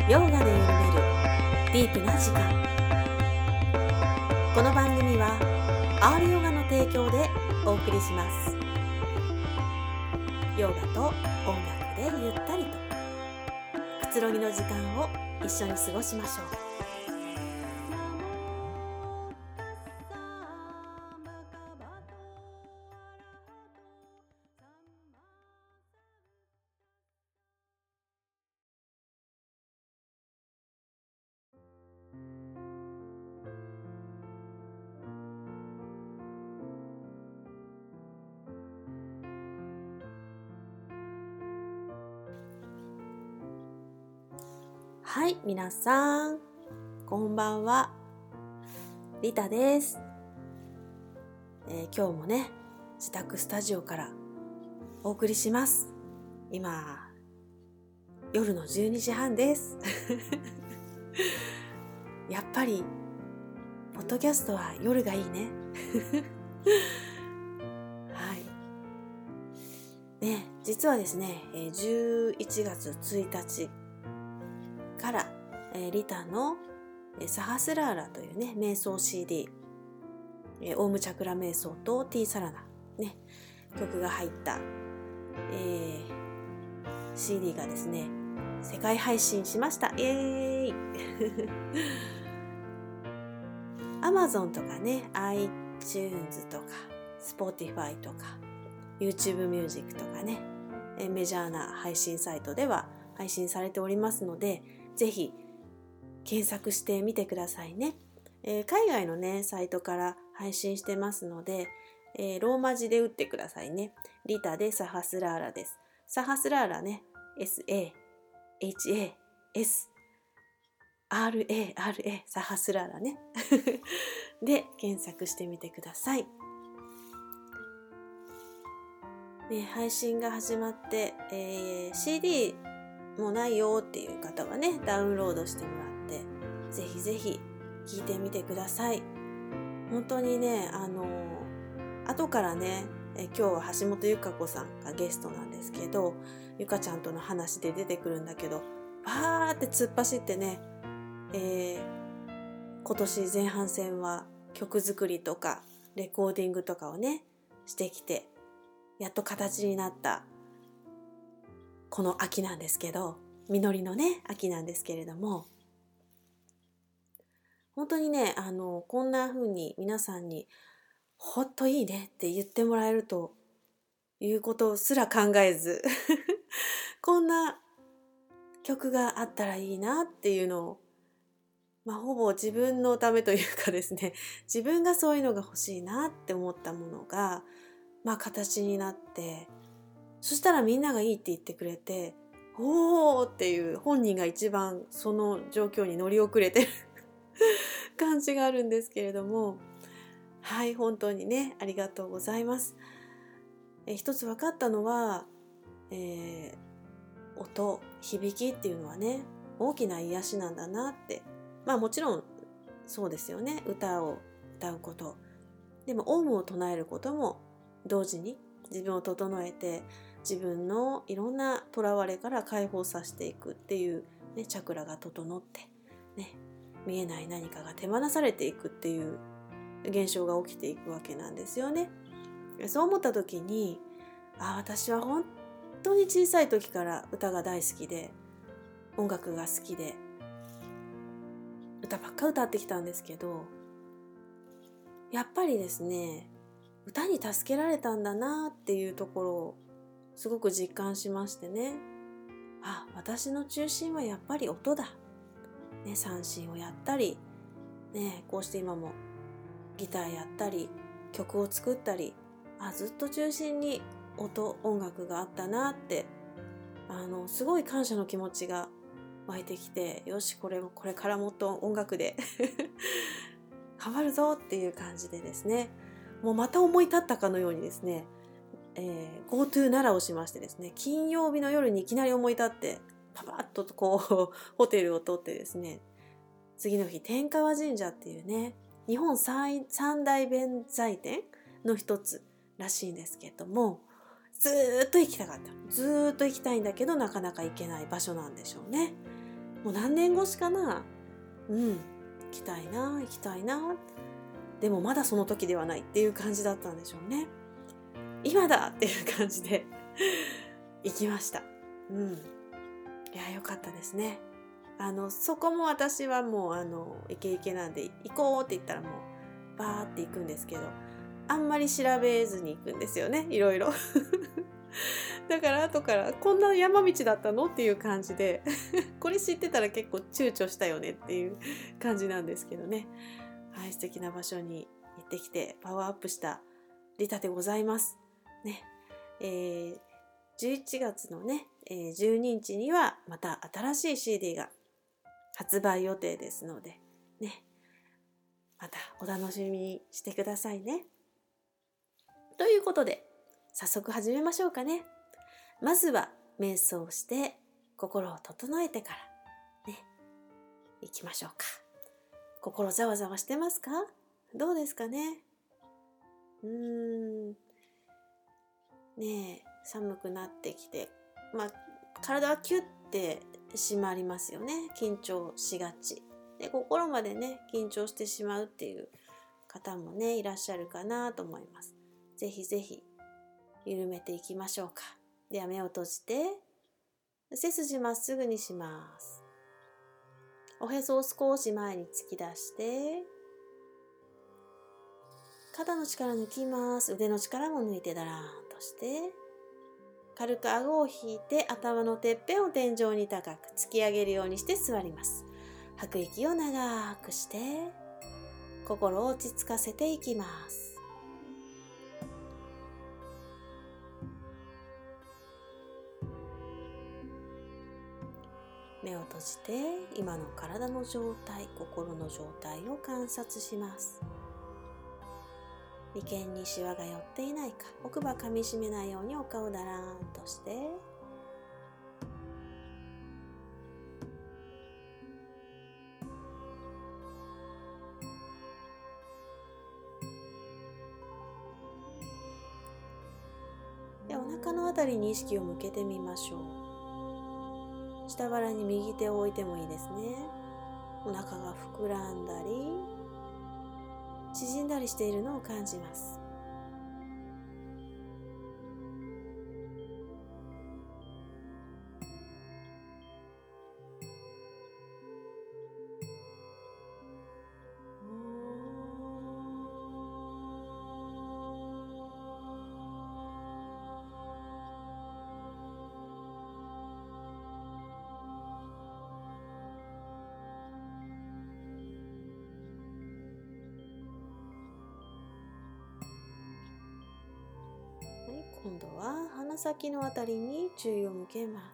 ヨガで緩めるディープな時間。この番組はアールヨガの提供でお送りします。ヨガと音楽でゆったりとくつろぎの時間を一緒に過ごしましょう。はい、皆さんこんばんは。リタです。今日もね、自宅スタジオからお送りします。今夜の12時半ですやっぱりポッドキャストは夜がいいねはいね、実はですね11月1日からリタのサハスラーラというね瞑想 CD、オウムチャクラ瞑想とティーサラナね曲が入った、CD がですね世界配信しました。イエーイAmazon とかね iTunes とか Spotify とか YouTube Music とかねメジャーな配信サイトでは配信されておりますので、ぜひ検索してみてくださいね。海外のねサイトから配信してますので、ローマ字で打ってくださいね。リタでサハスラーラです。サハスラーラね SAHASRARA サハスラーラねで検索してみてください。ね、配信が始まって、CD もうないよっていう方はねダウンロードしてもらってぜひぜひ聞いてみてください。本当にね後からね今日は橋本由香子さんがゲストなんですけど、ゆかちゃんとの話で出てくるんだけどバーって突っ走ってね、今年前半戦は曲作りとかレコーディングとかをねしてきてやっと形になったこの秋なんですけど、実りのね秋なんですけれども、本当にねこんな風に皆さんにほっといいねって言ってもらえるということすら考えずこんな曲があったらいいなっていうのを、ほぼ自分のためというかですね、自分がそういうのが欲しいなって思ったものが形になって、そしたらみんながいいって言ってくれて、おーっていう本人が一番その状況に乗り遅れてる感じがあるんですけれども、はい本当にねありがとうございます。一つ分かったのは、音響きっていうのはね大きな癒しなんだなって、もちろんそうですよね。歌を歌うことでもオウムを唱えることも同時に自分を整えて自分のいろんなとらわれから解放させていくっていう、ね、チャクラが整って、ね、見えない何かが手放されていくっていう現象が起きていくわけなんですよね。そう思った時に私は本当に小さい時から歌が大好きで音楽が好きで歌ばっか歌ってきたんですけど、やっぱりですね歌に助けられたんだなっていうところをすごく実感しましてね、私の中心はやっぱり音だ、ね、三振をやったり、ね、こうして今もギターやったり曲を作ったりずっと中心に音楽があったなってすごい感謝の気持ちが湧いてきて、よしこれからもっと音楽で変わるぞっていう感じでですね、もうまた思い立ったかのようにですね、GoTo 奈良をしましてですね、金曜日の夜にいきなり思い立ってパパッとこうホテルを取ってですね、次の日天川神社っていうね日本三大弁財天の一つらしいんですけれども、ずーっと行きたかった、ずーっと行きたいんだけどなかなか行けない場所なんでしょうね。 もう何年越しかな。行きたいな行きたいな。でもまだその時ではないっていう感じだったんでしょうね。今だっていう感じで行きました。いや、よかったですね。そこも私はもうイケイケなんで行こうって言ったらもうバーって行くんですけど、あんまり調べずに行くんですよね、いろいろだから後からこんな山道だったのっていう感じでこれ知ってたら結構躊躇したよねっていう感じなんですけどね。はい、素敵な場所に行ってきてパワーアップしたリタでございますね。11月のね、12日にはまた新しい CD が発売予定ですのでね、またお楽しみにしてくださいね。ということで早速始めましょうかね。まずは瞑想をして心を整えてからね、行きましょうか。心ざわざわしてますか？どうですかね。ねえ、寒くなってきて、体はキュッて締まりますよね。緊張しがちで、心までね緊張してしまうっていう方もねいらっしゃるかなと思います。ぜひぜひ緩めていきましょうか。では目を閉じて背筋まっすぐにします。おへそを少し前に突き出して肩の力抜きます。腕の力も抜いてだらーんとして軽く顎を引いて頭のてっぺんを天井に高く突き上げるようにして座ります。吐く息を長くして心を落ち着かせていきます。目を閉じて今の体の状態、心の状態を観察します。眉間にシワが寄っていないか、奥歯噛みしめないようにお顔だらーんとしてで、お腹のあたりに意識を向けてみましょう。下腹に右手を置いてもいいですね。お腹が膨らんだり縮んだりしているのを感じます。今度は鼻先のあたりに注意を向けます。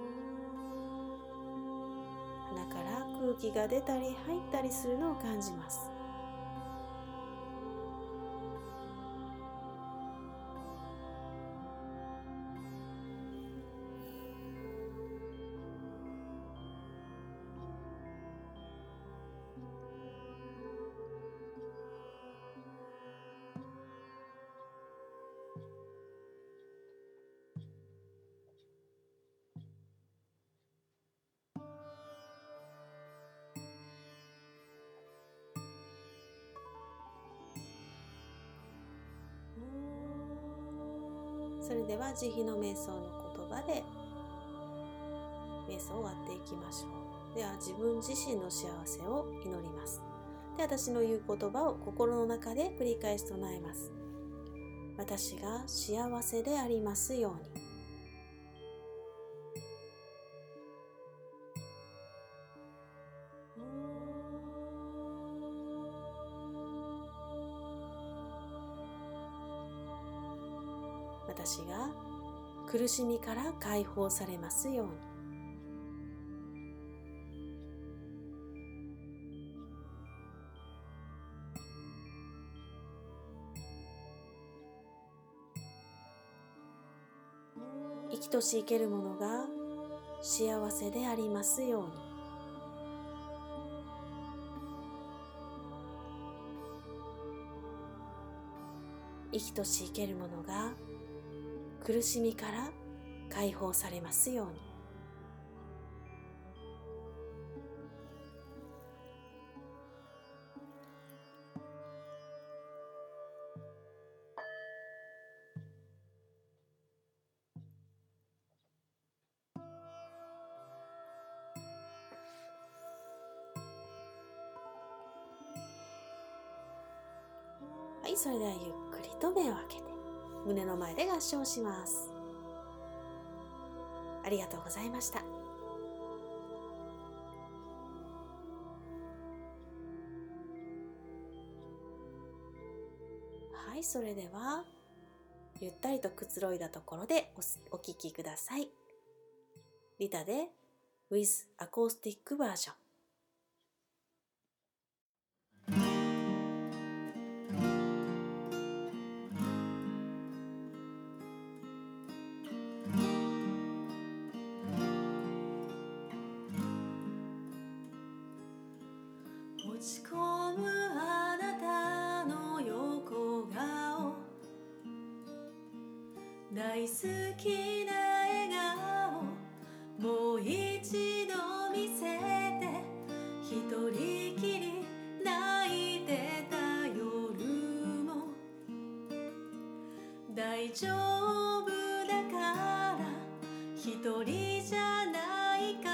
鼻から空気が出たり入ったりするのを感じます。それでは慈悲の瞑想の言葉で瞑想を終わっていきましょう。では自分自身の幸せを祈ります。で、私の言う言葉を心の中で繰り返し唱えます。私が幸せでありますように。私が苦しみから解放されますように。生きとし生けるものが幸せでありますように。生きとし生けるものが苦しみから解放されますように。 い、それではゆっくりと目を開けて胸の前で合掌します。ありがとうございました。はい、それではゆったりとくつろいだところでお聴きください。リタで With Acoustic Version。 落ち込むあなたの横顔、大好きな笑顔、もう一度見せて、一人きり泣いてた夜も大丈夫だから、一人じゃないから、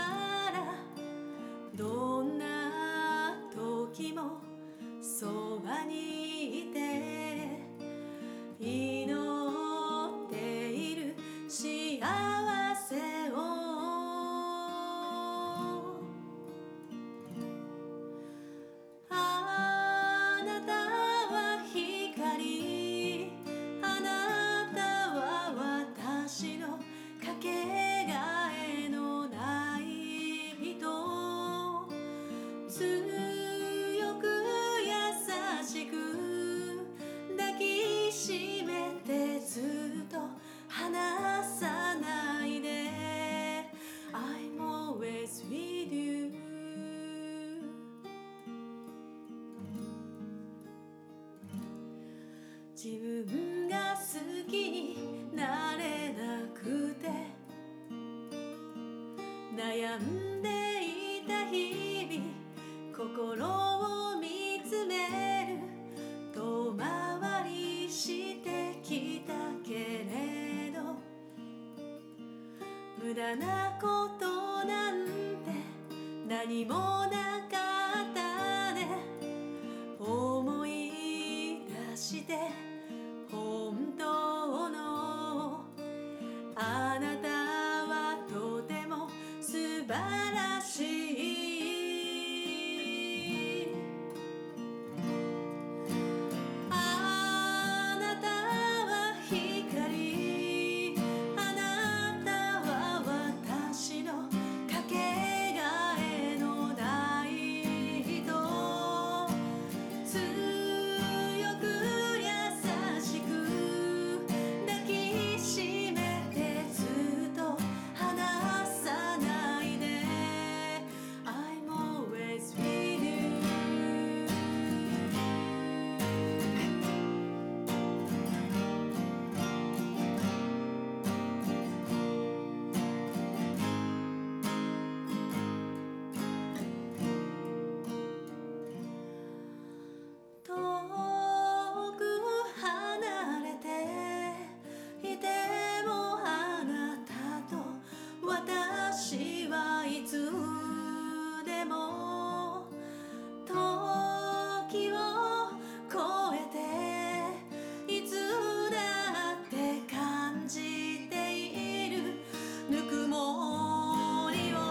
どんな時もそばにいて、祈っている幸せを。あなたは光、あなたは私のかけがえのない人、強く優しく抱きしめて、ずっと離さないで。 I'm always with you。 自分が好きになれなくて悩んでいた日々、心を見つめる遠回りしてきたけれど、無駄なことなんて何もなかったね。思い出して本当のあなたはとても素晴らしい。あなたは光、あなたは私のかけがえのない人、強く優しく抱きしめて、ずっと離さないで。 I'm always with you。 遠く離れていても、あなたと私はいつでも時を越えて、いつだって感じているぬくもりを。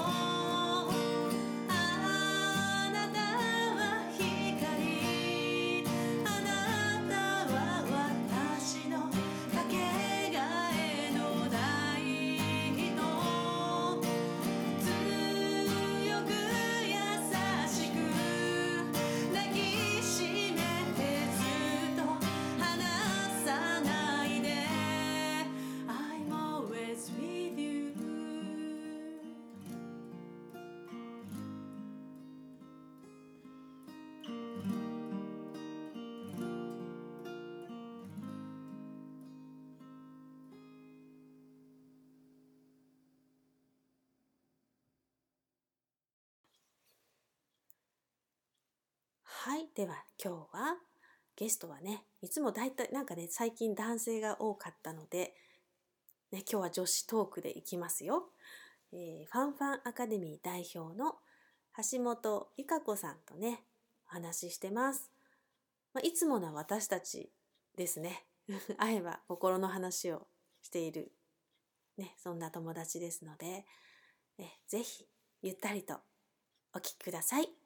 あなたは光、あなたは私のかけがえのない人、強く優しく抱きしめて、ずっと離さないで。 I'm always with you。 はい、では今日はゲストはね、いつもだいたいなんかね、最近男性が多かったので、ね、今日は女子トークでいきますよ。ファンファンアカデミー代表の橋本由香子さんとね、お話ししてます。 いつもの私たちですね。会えば心の話をしている、ね、そんな友達ですので、ぜひゆったりとお聞きください。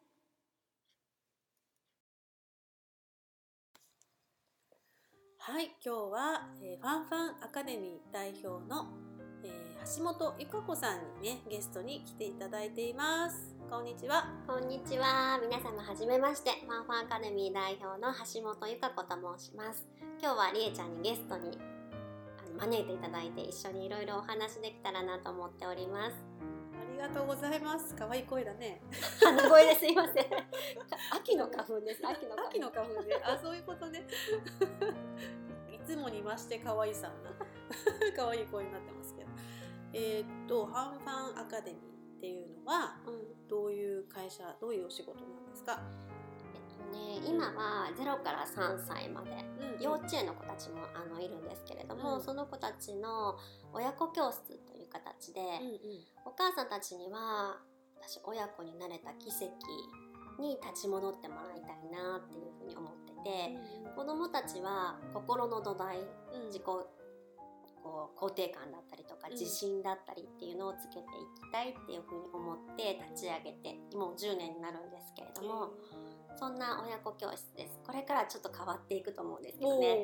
はい、今日は、ファンファンアカデミー代表の、橋本由香子さんにねゲストに来ていただいています。こんにちは。 こんにちは。皆様はじめまして。ファンファンアカデミー代表の橋本由香子と申します。今日はりえちゃんにゲストに招いていただいて一緒にいろいろお話できたらなと思っております。 ありがとうございます。可愛い声だね。 鼻声ですいません。秋の花粉です。秋の花粉で、あ、そういうことね。いつもに増して可愛さんな可愛い声になってますけど。ファンファンアカデミーっていうのは、どういう会社、どういうお仕事なんですか？ 今は0から3歳まで、幼稚園の子たちもいるんですけれども、その子たちの親子教室という形で、お母さんたちには私親子になれた奇跡に立ち戻ってもらいたいなっていうふうに思ってて、子どもたちは心の土台、自己肯定感だったりとか自信だったりっていうのをつけていきたいっていうふうに思って立ち上げてもう10年になるんですけれども、そんな親子教室です。これからちょっと変わっていくと思うんですけどね。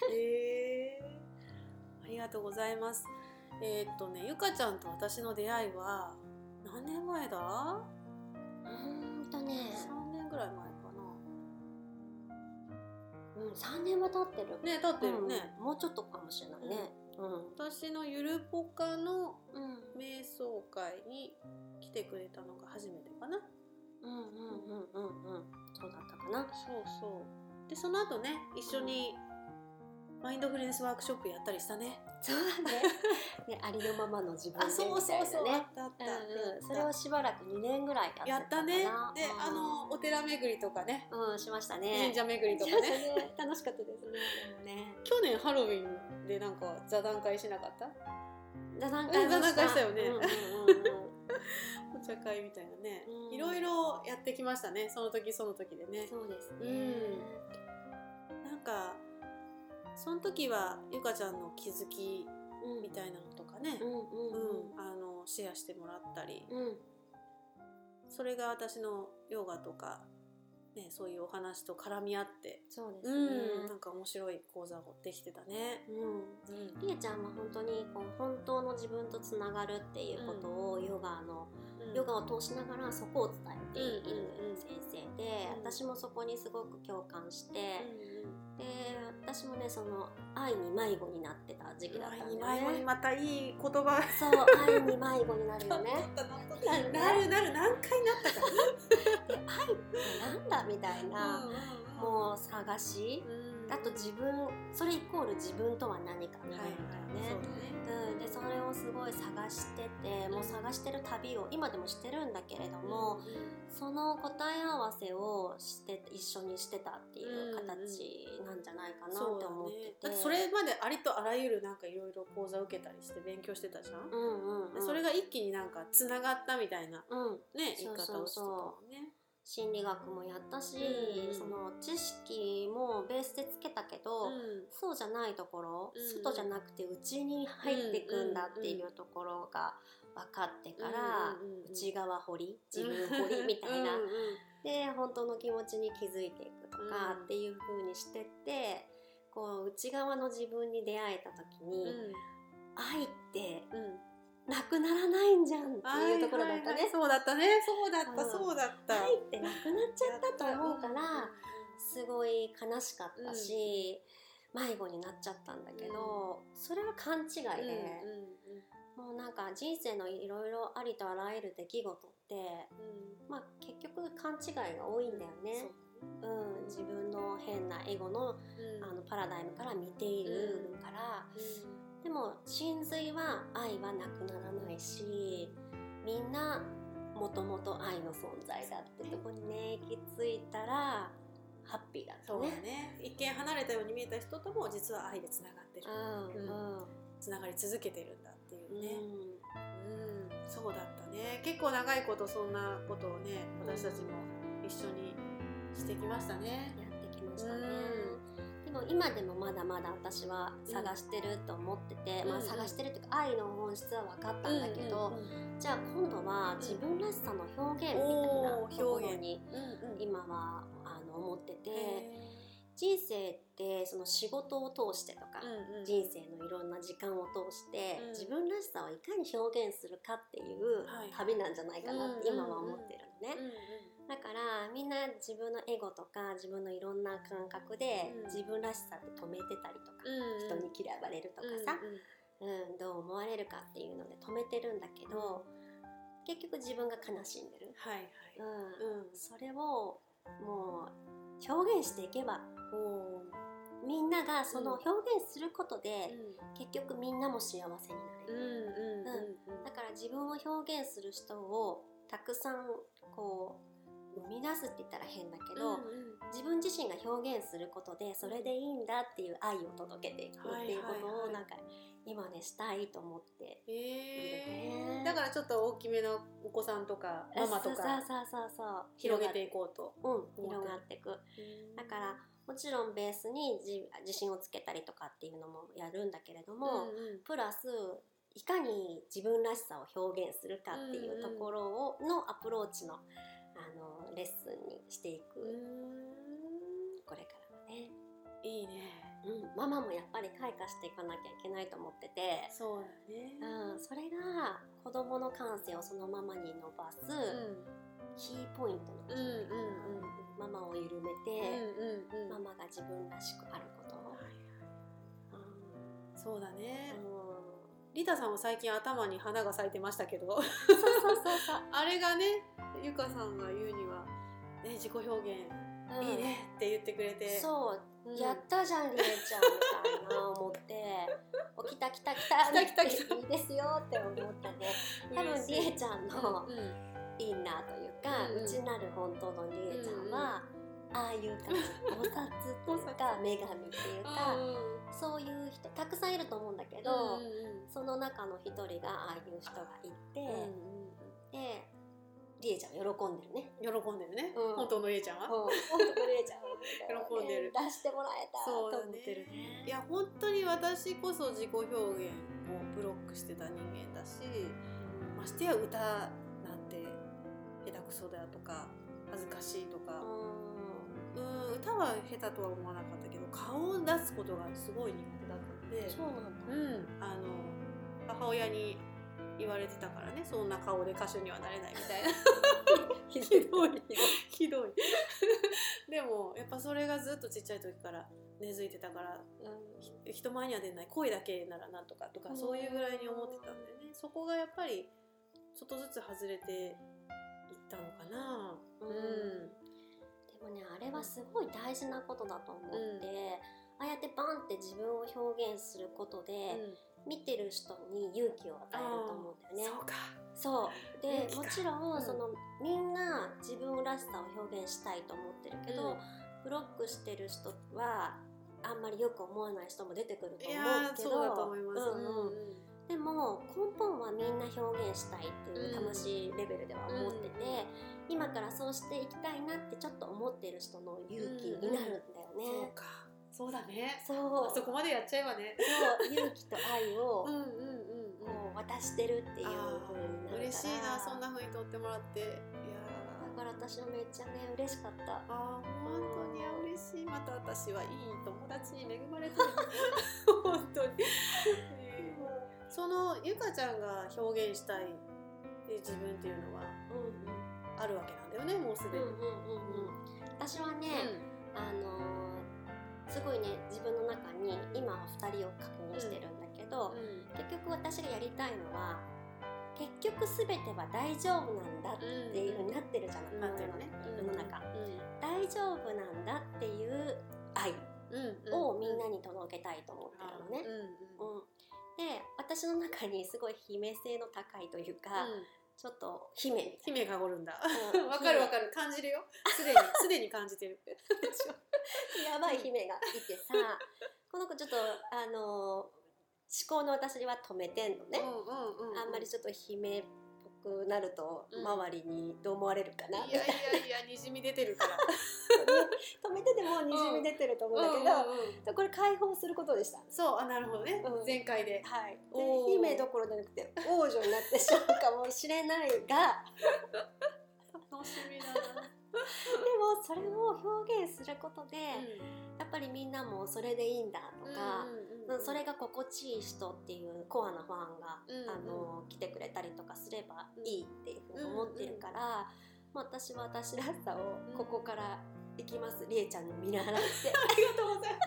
ありがとうございます。ゆかちゃんと私の出会いは何年前だ？3年ぐらい前かな。 3年は経ってるね。経ってるね、 もうちょっとかもしれないね。 私のゆるぽかの瞑想会に来てくれたのが初めてかな。 そうだったかな。 そうでその後ね一緒にマインドフルネスワークショップやったりしたね。 そうだね。ありのままの自分でみたいなね。それをしばらく2年ぐらいやったね。でお寺巡りとかね。 しましたね。 神社巡りとかね。 楽しかったですね。 去年ハロウィンでなんか座談会しなかった？ 座談会したよね。お茶会みたいなね。いろいろやってきましたね。その時その時でね。 そうですね。 なんかその時はゆかちゃんの気づきみたいなのとかね、シェアしてもらったり、それが私のヨガとか、ね、そういうお話と絡み合って、 そうですね、 なんか面白い講座をできてたね。 りえちゃんは本当に本当の自分とつながるっていうことをヨガを通しながらそこを伝えている先生で、私もそこにすごく共感して、で私もねその愛に迷子になってた時期だったんだよね。 愛に迷子にまたいい言葉。 そう愛に迷子になるよね。 なる何回なったかで愛ってなんだみたいな、もう探し、あと自分それイコール自分とは何かみたいなね。でそれをすごい探してて、もう探してる旅を今でもしてるんだけれども、その答え合わせをして一緒にしてたっていう形なんじゃないかなって思ってて、 それまでありとあらゆるなんかいろいろ講座受けたりして勉強してたじゃん。それが一気になんかつながったみたいなね言い方をしてたもんね。 心理学もやったし、その知識もベースでつけたけど、そうじゃないところ、外じゃなくて内に入っていくんだっていうところが分かってから、内側掘り自分掘りみたいなで本当の気持ちに気づいていくとかっていう風にしてってこう内側の自分に出会えた時に、愛ってなくならないんじゃんっていうところだったね。 そうだった。 愛ってなくなっちゃったと思うからすごい悲しかったし、迷子になっちゃったんだけど、それは勘違いで、もうなんか人生のいろいろありとあらゆる出来事って、結局勘違いが多いんだよね。自分の変なエゴの、パラダイムから見ているから、でも真髄は愛はなくならないし、みんなもともと愛の存在だってとこにね行き着いたらハッピーだったね。 そうだね。一見離れたように見えた人とも実は愛でつながってる、つながり続けてるんだっていうね、そうだったね。結構長いことそんなことをね私たちも一緒にしてきましたね。 やってきまましたね。でも今でもまだまだ私は探してると思ってて、まあ探してるっていうか愛の本質は分かったんだけど、じゃあ今度は自分らしさの表現みたいなところに今は思ってて、人生ってその仕事を通してとか、人生のいろんな時間を通して、自分らしさをいかに表現するかっていう旅なんじゃないかなって今は思ってるのね。だからみんな自分のエゴとか自分のいろんな感覚で自分らしさって止めてたりとか、人に嫌われるとかさ、どう思われるかっていうので止めてるんだけど、結局自分が悲しんでる。それをもう表現していけば、みんながその表現することで、結局みんなも幸せになれる。だから自分を表現する人をたくさんこう生み出すって言ったら変だけど、自分自身が表現することでそれでいいんだっていう愛を届けていくっていうことをなんか今ねしたいと思っているね。 だからちょっと大きめのお子さんとかママとか広げていこうと、 広がっていく。だからもちろんベースに自信をつけたりとかっていうのもやるんだけれども、プラスいかに自分らしさを表現するかっていうところのアプローチのレッスンにしていく、これからはね。 いいね。 ママもやっぱり開花していかなきゃいけないと思ってて、 そうだね。 それが子供の感性をそのままに伸ばすキーポイントなんじゃないかな。ママを緩めて、ママが自分らしくあること。 そうだね。リタさんも最近頭に花が咲いてましたけどあれがね、ゆかさんが言うには、ね、自己表現いいねって言ってくれて、 やったじゃんリエちゃんみたいな思って来た来た来たいいですよって思ったね。多分リエちゃんのインナーというか、内なる本当のリエちゃんは、ああいう感じ、菩薩っていうか女神っていうか、そういう人たくさんいると思うんだけど、その中の一人がああいう人がいて、でリエちゃんは喜んでるね。 喜んでるね。本当のリエちゃんは。 本当のリエちゃんは喜んでる。 出してもらえたと思ってるね。 いや本当に私こそ自己表現をブロックしてた人間だし、ましてや歌なんて下手くそだとか恥ずかしいとか。歌は下手とは思わなかったけど、顔を出すことがすごい苦手だったので、 そうなんだ。 母親に言われてたからね、そんな顔で歌手にはなれないみたいなひどいでもやっぱそれがずっとちっちゃい時から根付いてたから、人前には出ない、声だけならなんとかとか、そういうぐらいに思ってたんでね、そこがやっぱりちょっとずつ外れていったのかな。 でもね、あれはすごい大事なことだと思って、ああやってバンって自分を表現することで、見てる人に勇気を与えると思うんだよね。そうで、もちろん、そのみんな自分らしさを表現したいと思ってるけど、ブロックしてる人はあんまりよく思わない人も出てくると思うけど、 そうだと思います。 でも根本はみんな表現したいっていう魂レベルでは思ってて、今からそうしていきたいなってちょっと思ってる人の勇気になるんだよね。 そうだね。 そこまでやっちゃえばね。 勇気と愛を渡してるっていう風になるから。 嬉しいな、そんな風に撮ってもらって。いやだから私はめっちゃね嬉しかった。 本当に嬉しい。また私はいい友達に恵まれてる本当にそのゆかちゃんが表現したい自分っていうのはあるわけなんだよね、もうすでに。 私はね、すごいね、自分の中に今は2人を確認してるんだけど、結局私がやりたいのは、結局全ては大丈夫なんだっていう風になってるじゃない、世の中。大丈夫なんだっていう愛をみんなに届けたいと思ってるのね。で、私の中にすごい姫性の高いというか、ちょっと姫がおるんだ。わかる感じるよ。すでに感じてる。 やばい姫がいてさ、この子ちょっと思考の私は止めてんのね。あんまりちょっと姫っぽくなると周りにどう思われるかな、 いやいやいやにじみ出てるから止めててもにじみ出てると思うんだけど、これ解放することでした。 そう、なるほどね、前回で、 はい、で姫どころじゃなくて王女になってしまうかもしれないが楽しみだなでもそれを表現することで、やっぱりみんなもそれでいいんだとか、それが心地いい人っていうコアなファンが、来てくれたりとかすればいいっていうふうに思ってるから、私は私らしさをここからいきます、りえちゃんに見習ってありがとうござい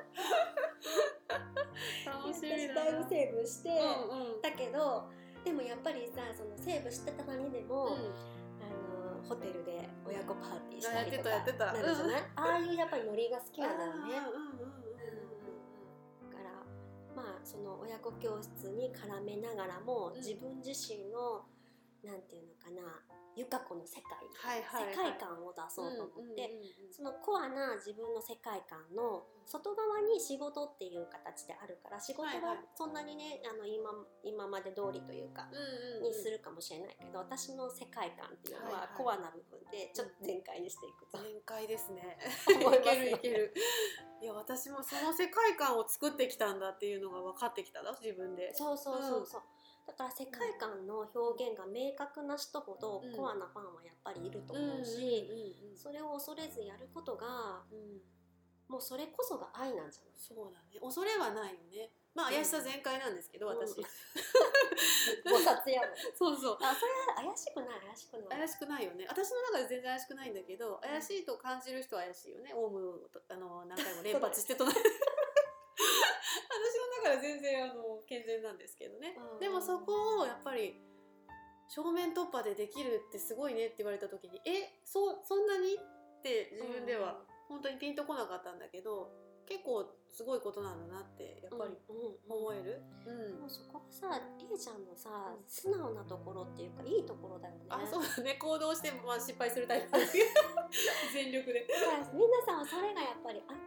ます楽しみだな。 だいぶセーブして、だけどでもやっぱりさ、そのセーブしてたのにでも、ホテルで親子パーティーしたりとかなるじゃない？ああいうやっぱりノリが好きなんだよね。だからその親子教室に絡めながらも、自分自身のなんていうのかな、ゆか子の世界、世界観を出そうと思って、そのコアな自分の世界観の外側に仕事っていう形であるから、仕事はそんなにね、今まで通りというかにするかもしれないけど、私の世界観っていうのはコアな部分でちょっと全開にしていくと、 全開ですね思います。 いけるいや、私もその世界観を作ってきたんだっていうのが分かってきたな、自分で。 そうだから世界観の表現が明確な人ほどコアなファンはやっぱりいると思うし、それを恐れずやることが、もうそれこそが愛なんじゃない？ そうだね、恐れはないよね。怪しさ全開なんですけど、私菩薩やもんそうそれは怪しくないよね。私の中で全然怪しくないんだけど、怪しいと感じる人は怪しいよね。オウム何回も連発して唱える私の中で全然健全なんですけどね。でもそこをやっぱり正面突破でできるってすごいねって言われた時に、そんなにって自分では本当にピンとこなかったんだけど、結構すごいことなんだなってやっぱり思える。 もうそこがさ、りえちゃんのさ、素直なところっていうか、いいところだよね。 そうだね、行動しても失敗するタイプですけど全力で皆さんはそれがやっぱりあって、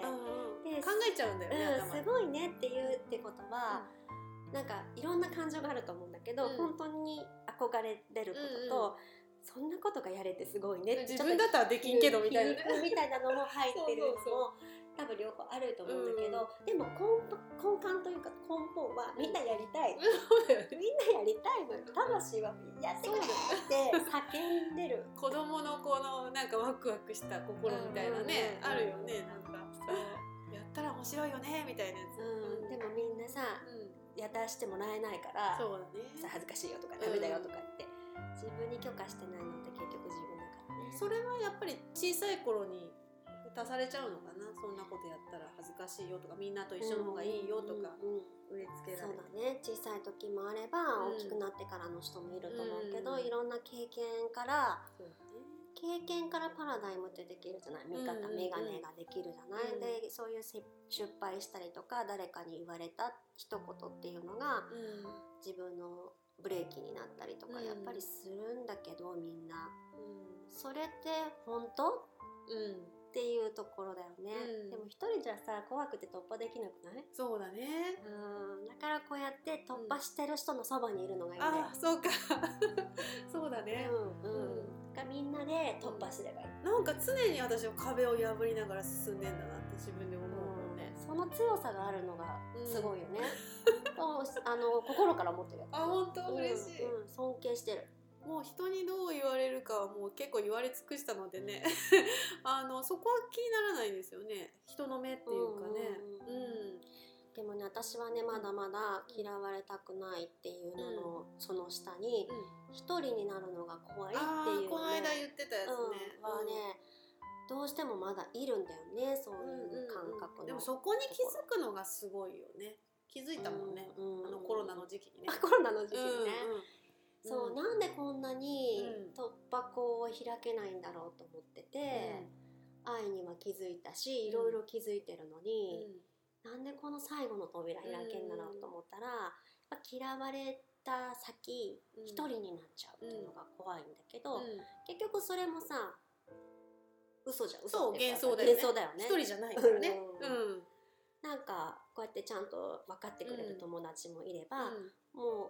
考えちゃうんだよね、 すごいねっていうってことは、なんかいろんな感情があると思うんだけど、本当に憧れることと、そんなことがやれてすごいねって、 自分だったらできんけどみたいなね、みたいなのも入ってるのも多分両方あると思うんだけど、でも根幹というか根本はみんなやりたい、みんなやりたいのよ。魂はやってくれって叫んでる子供のこのなんかワクワクした心みたいなね、あるよね。なんかやったら面白いよねみたいなやつ。 でもみんなさ、やらしてもらえないから、 そうだね、 恥ずかしいよとかダメだよとかって自分に許可してないのって結局自分だからね。 それはやっぱり小さい頃に足されちゃうのかな。そんなことやったら恥ずかしいよとか、みんなと一緒の方がいいよとか植え付けられる。 そうだね、小さい時もあれば、大きくなってからの人もいると思うけど、いろんな経験からパラダイムってできるじゃない、見方、メガネができるじゃない、でそういう失敗したりとか誰かに言われた一言っていうのが、自分のブレーキになったりとかやっぱりするんだけど、みんな、それって本当？っていうところだよね。でも一人じゃさ怖くて突破できなくない？ そうだね。 だからこうやって突破してる人のそばにいるのがいいんだよ。 そうかそうだね。 がみんなで突破すればいい。 なんか常に私は壁を破りながら進んでんだなって自分で思うもんね。 その強さがあるのがすごいよね。心から思ってるよ。 本当嬉しい。 尊敬してる。 もう人にどう言われるかはもう結構言われ尽くしたのでねそこは気にならないんですよね、人の目っていうかね。 でもね、私はねまだまだ嫌われたくないっていうのの、その下に一人になるのが怖いっていう、 この間言ってたやつね、 はねどうしてもまだいるんだよね、そういう感覚の。 でもそこに気づくのがすごいよね。気づいたもんね、コロナの時期にね。 コロナの時期にね、そう、なんでこんなに突破口を開けないんだろうと思ってて、愛には気づいたし、いろいろ気づいてるのに、なんでこの最後の扉開けんだろうと思ったら、嫌われた先一人になっちゃうっていうのが怖いんだけど、結局それもさ嘘じゃん。 そう、幻想だよね。一人じゃないからね。なんかこうやってちゃんと分かってくれる友達もいれば、もう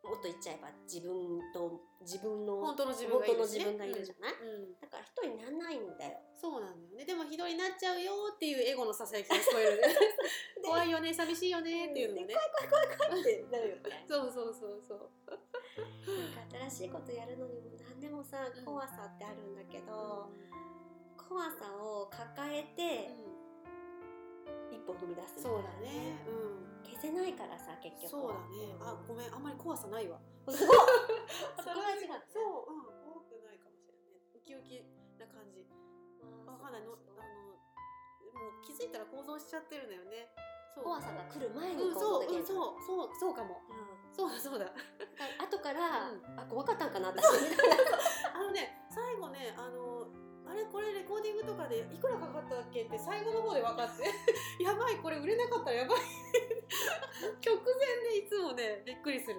もっと言っちゃえば自分の本当の自分本当のがいるしね。 自分がいるじゃない、 うん。 だから一人にならないんだよ。 そうなんだよね。でも一人になっちゃうよっていうエゴのささやきが聞こえるね。怖いよね、寂しいよねっていうのがね。 怖いってなるよね。 そうそうそうそう。 なんか新しいことやるのにも何でもさ怖さってあるんだけど、怖さを抱えて一歩踏み出すみたいな。 そうだね。 消せないからさ結局そうだね。あ、ごめん、あんまり怖さないわ。 すごいそこは違う。 そう、怖くないかもしれないね。ウキウキな感じ。わかんないの、もう気づいたら構造しちゃってるんだよね。 怖さが来る前に行動できる。 そうかも。そうだ。 後から怖かったんかなって。 最後ね、あれこれレコーディングとかでいくらかかったっけって最後の方で分かってやばいこれ売れなかったらやばい直前でいつもねびっくりする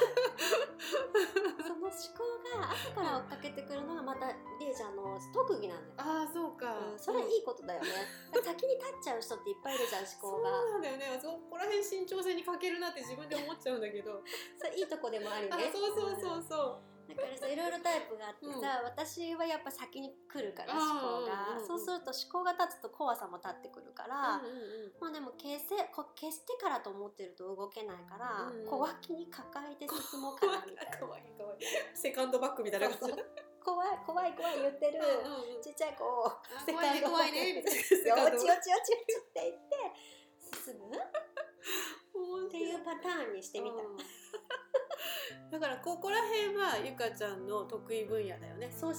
その思考が後から追っかけてくるのがまたりえちゃんの特技なんだよ。 ああそうか、 それいいことだよね。先に立っちゃう人っていっぱいいるじゃん思考が。 そうなんだよね。そこら辺慎重性に欠けるなって自分で思っちゃうんだけどそれいいとこでもあるね。 そうだからさいろいろタイプがあってさ、私はやっぱ先に来るから思考が、そうすると思考が立つと怖さも立ってくるから、まあでも消してからと思ってると動けないから、小脇に抱えて進もうかなみたいな。 かわいいセカンドバッグみたいな感じ。 怖い言ってるちっちゃい子をセカンド怖いねみたいな。 よちって言って進むっていうパターンにしてみた。 だからここら辺はゆかちゃんの得意分野だよね。気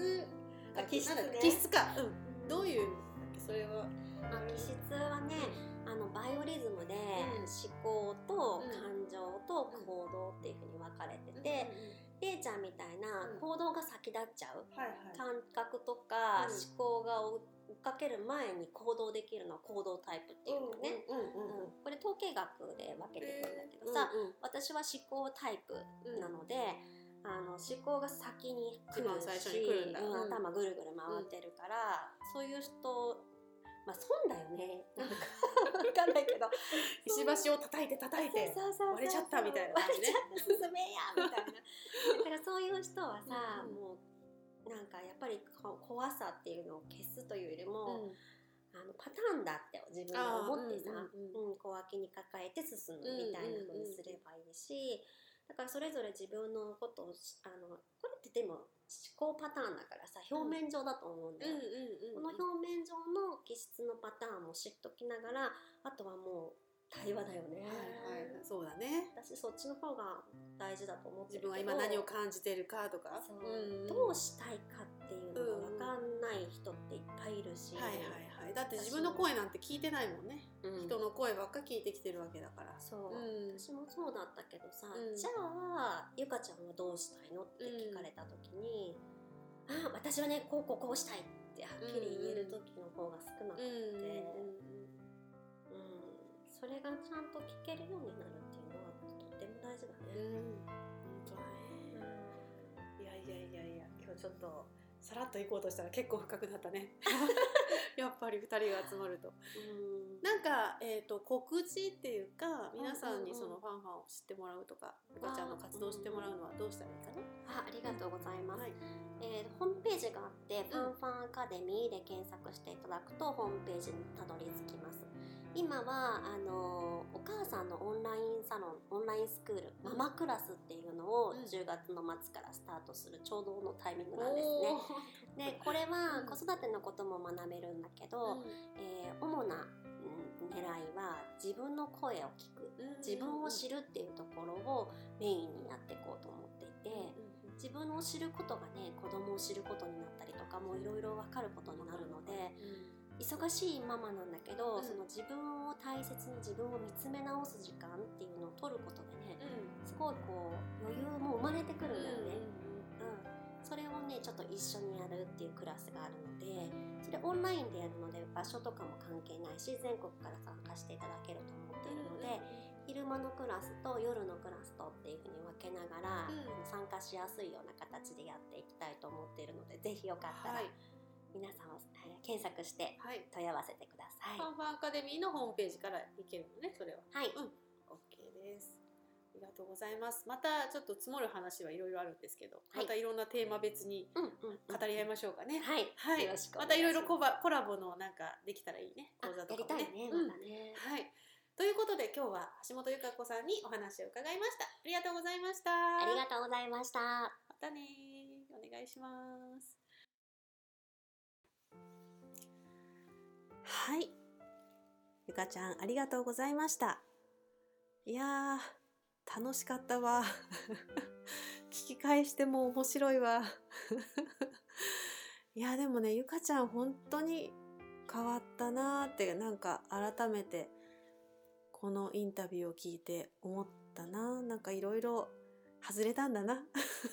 質か。どういうそれは。 気質はね、バイオリズムで思考と感情と行動っていう風に分かれてて、りえちゃんみたいな行動が先立っちゃう、感覚とか思考が追っかける前に行動できるのは行動タイプっていうのね。これ統計学で分けてるんだけどさ、私は思考タイプなので、思考が先に来るし、頭ぐるぐる回ってるから、そういう人まあ損だよね。なんか分かんないけど石橋を叩いて割れちゃったみたいな感じね。 進めやみたいな。だからそういう人はさ、もうなんかやっぱり怖さっていうのを消すというよりも、パターンだって自分で思ってさ、小脇に抱えて進むみたいな風にすればいいし、だからそれぞれ自分のことをこれってでも思考パターンだからさ表面上だと思うんだよ。この表面上の気質のパターンも知っときながら、あとはもう対話だよね。 そうだね。 私そっちの方が大事だと思ってるけど、 自分は今何を感じてるかとか、 どうしたいかっていうのが分かんない人っていっぱいいるし、 だって自分の声なんて聞いてないもんね。人の声ばっか聞いてきてるわけだから。 私もそうだったけどさ、じゃあゆかちゃんはどうしたいのって聞かれた時に、私はねこうしたいってはっきり言える時の方が少なくて、それがちゃんと聞けるようになるっていうのはとっても大事だね。 本当だね。いや今日ちょっとさらっと行こうとしたら結構深くなったね。やっぱり2人が集まると。なんか、告知っていうか皆さんにそのファンファンを知ってもらうとか、ゆかちゃんの活動を知ってもらうのはどうしたらいいかな。 ありがとうございます。ホームページがあってファンファンアカデミーで検索していただくとホームページにたどり着きます。今はお母さんのオンラインサロン、オンラインスクール、ママクラスっていうのを10月の末からスタートするちょうどのタイミングなんですね。でこれは子育てのことも学べるんだけど、主な狙いは自分の声を聞く、自分を知るっていうところをメインにやっていこうと思っていて、自分を知ることがね子供を知ることになったりとかもいろいろ分かることになるので、忙しいママなんだけど、その自分を大切に自分を見つめ直す時間っていうのを取ることでね、すごいこう余裕も生まれてくるんだよね。それをねちょっと一緒にやるっていうクラスがあるので、それオンラインでやるので場所とかも関係ないし全国から参加していただけると思っているので、昼間のクラスと夜のクラスとっていう風に分けながら、参加しやすいような形でやっていきたいと思っているので、ぜひよかったら、皆さんは検索して問い合わせてください。 ファンファンアカデミーのホームページから行けるのね、それは。 はい。 OK です。 りがとうございます。またちょっと積もる話はいろいろあるんですけど、 はいまたいろんなテーマ別に語り合いましょうかね。 はい、 はい、 よろしくおま願いします。 たいろいろコラボのなんかできたらいいね、講座とかもね。 やりたいね、またね。 はい。ということで今日は橋本由香子さんにお話を伺いました。ありがとうございました。 ありがとうございました。 またね、お願いします。はい、ゆかちゃんありがとうございました。いやー、楽しかったわ。聞き返しても面白いわ。いやでもね、ゆかちゃん本当に変わったなーって、なんか改めてこのインタビューを聞いて思ったな。なんかいろいろ外れたんだな。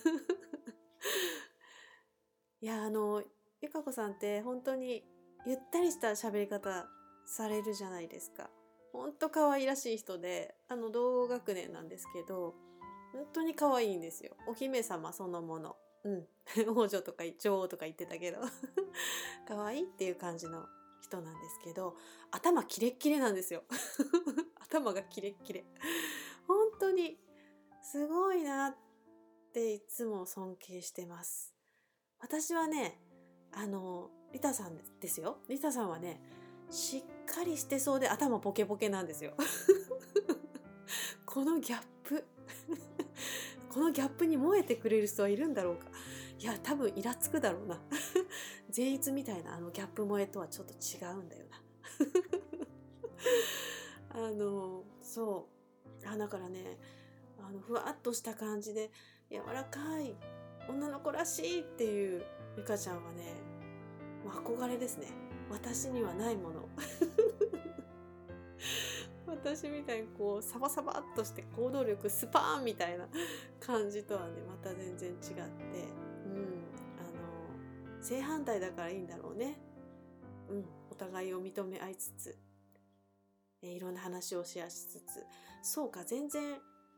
いやゆかこさんって本当にゆったりした喋り方されるじゃないですか。本当可愛らしい人で、同学年なんですけど、本当に可愛いんですよ。お姫様そのもの。王女とか女王とか言ってたけど可愛いっていう感じの人なんですけど、頭キレッキレなんですよ。頭がキレッキレ。本当にすごいなっていつも尊敬してます。私はね、リタさんですよ。リタさんはね、しっかりしてそうで頭ポケポケなんですよ。このギャップ。このギャップに燃えてくれる人はいるんだろうか。いや、多分イラつくだろうな。善逸みたいなギャップ萌えとはちょっと違うんだよな。そう。だからね、ふわっとした感じで柔らかい女の子らしいっていうゆかちゃんはね、憧れですね。私にはないもの。私みたいにこうサバサバっとして行動力スパーンみたいな感じとはね、また全然違って、正反対だからいいんだろうね。お互いを認め合いつつ、いろんな話をシェアしつつ、そうか、全然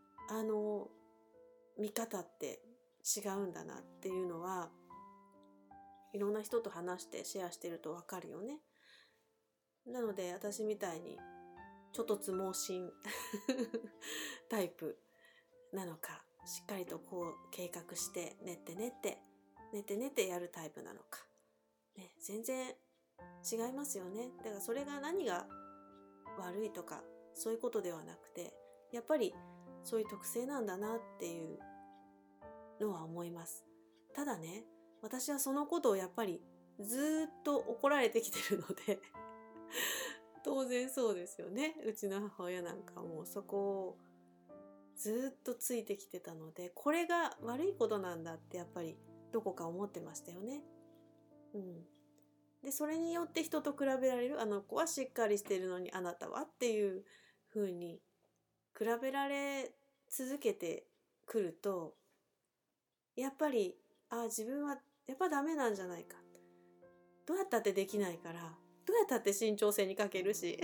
見方って違うんだなっていうのは、いろんな人と話してシェアしてるとわかるよね。なので私みたいにちょっとつ盲信タイプなのか、しっかりとこう計画して練ってやるタイプなのか、ね、全然違いますよね。だからそれが何が悪いとかそういうことではなくて、やっぱりそういう特性なんだなっていうのは思います。ただね、私はそのことをやっぱりずっと怒られてきてるので当然そうですよね。うちの母親なんかもそこをずっとついてきてたので、これが悪いことなんだってやっぱりどこか思ってましたよね。で、それによって人と比べられる、あの子はしっかりしてるのにあなたはっていう風に比べられ続けてくると、やっぱり自分はやっぱダメなんじゃないか、どうやったってできないから、どうやったって身長性に欠けるし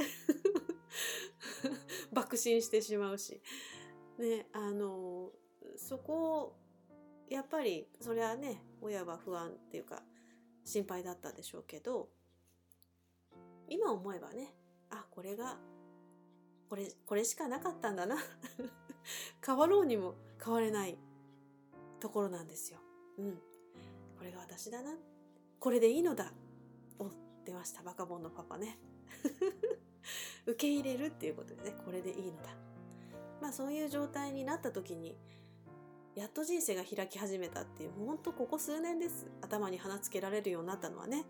爆心してしまうしね、そこをやっぱりそれはね、親は不安っていうか心配だったでしょうけど、今思えばね、これしかなかったんだな変わろうにも変われないところなんですよ。これが私だな、これでいいのだ。出ました、バカボンのパパね受け入れるっていうことでね、これでいいのだ。そういう状態になった時にやっと人生が開き始めたっていう、ほんとここ数年です。頭に花つけられるようになったのはね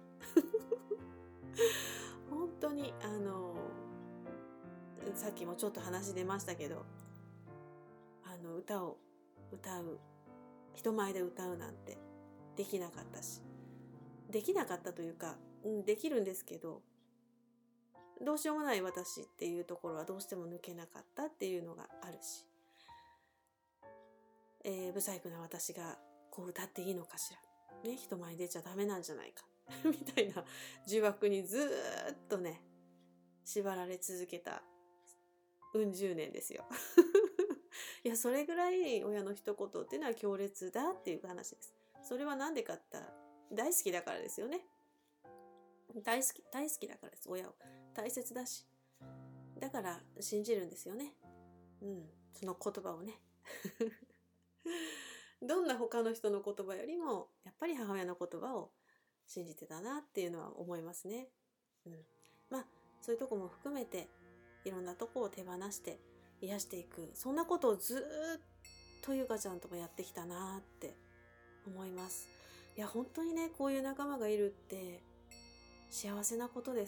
本当にさっきもちょっと話出ましたけど、歌を歌う、人前で歌うなんてできなかったし、できなかったというか、できるんですけど、どうしようもない私っていうところはどうしても抜けなかったっていうのがあるし、不細工な私がこう歌っていいのかしら、ね、人前に出ちゃダメなんじゃないかみたいな呪縛にずーっとね縛られ続けた10年ですよいや、それぐらい親の一言っていうのは強烈だっていう話です。それはなんでかって言ったら大好きだからですよね。大好きだからです。親を大切だし、だから信じるんですよね。 その言葉をねどんな他の人の言葉よりもやっぱり母親の言葉を信じてたなっていうのは思いますね。まあそういうとこも含めていろんなとこを手放して癒していく、そんなことをずっとゆかちゃんともやってきたなって思います。いや本当にね、こういう仲間がいるって幸せなことです。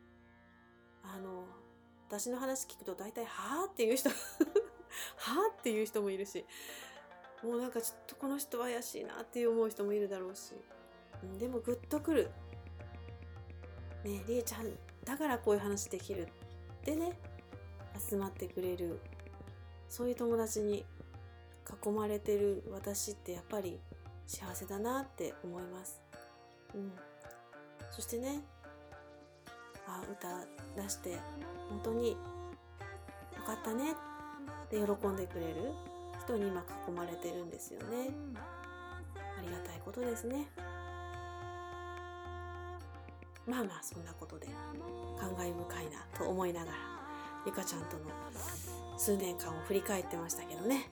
私の話聞くと大体はぁっていう人はぁっていう人もいるし、もうなんかちょっとこの人は怪しいなって思う人もいるだろうし、でもグッとくるね、りえちゃんだからこういう話できるってね、集まってくれる、そういう友達に囲まれてる私ってやっぱり幸せだなって思います。そしてね、歌出して本当によかったねって喜んでくれる人に今囲まれてるんですよね。ありがたいことですね。まあそんなことで感慨深いなと思いながらゆかちゃんとの数年間を振り返ってましたけどね。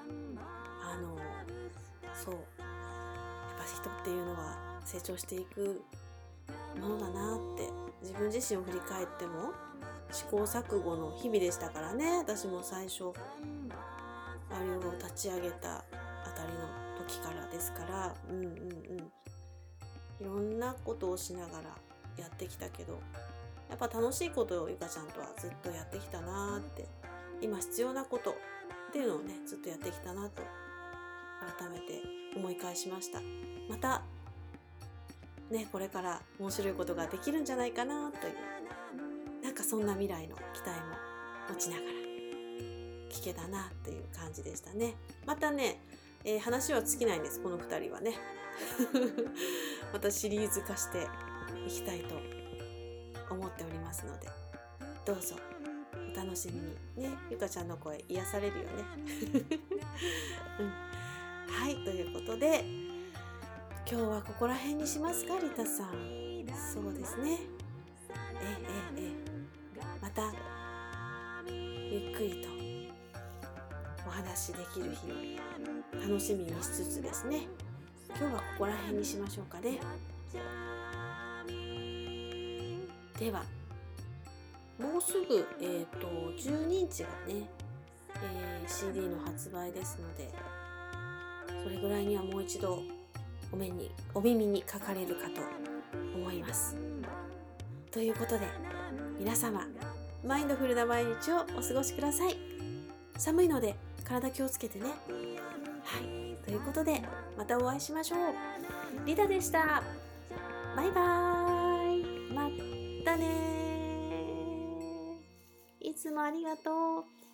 そうやっぱ人っていうのは成長していくものだなって自分自身を振り返っても試行錯誤の日々でしたからね。私も最初あれを立ち上げたあたりの時からですから、いろんなことをしながらやってきたけど、やっぱ楽しいことをゆかちゃんとはずっとやってきたなーって、今必要なことっていうのをねずっとやってきたなと改めて思い返しました。またね、これから面白いことができるんじゃないかなという、なんかそんな未来の期待も持ちながら聞けたなという感じでしたね。またね、話は尽きないんです、この2人はねまたシリーズ化していきたいと思っておりますので、どうぞお楽しみにね。ゆかちゃんの声癒されるよねはい、ということで今日はここら辺にしますか、リタさん。そうですね。またゆっくりとお話できる日を楽しみにしつつですね、今日はここら辺にしましょうかね。ではもうすぐ、12日がね、CD の発売ですので、それぐらいにはもう一度お耳にかかれるかと思います。ということで皆様マインドフルな毎日をお過ごしください。寒いので体気をつけてね。はい、ということでまたお会いしましょう。リタでした。バイバーイ。またね。いつもありがとう。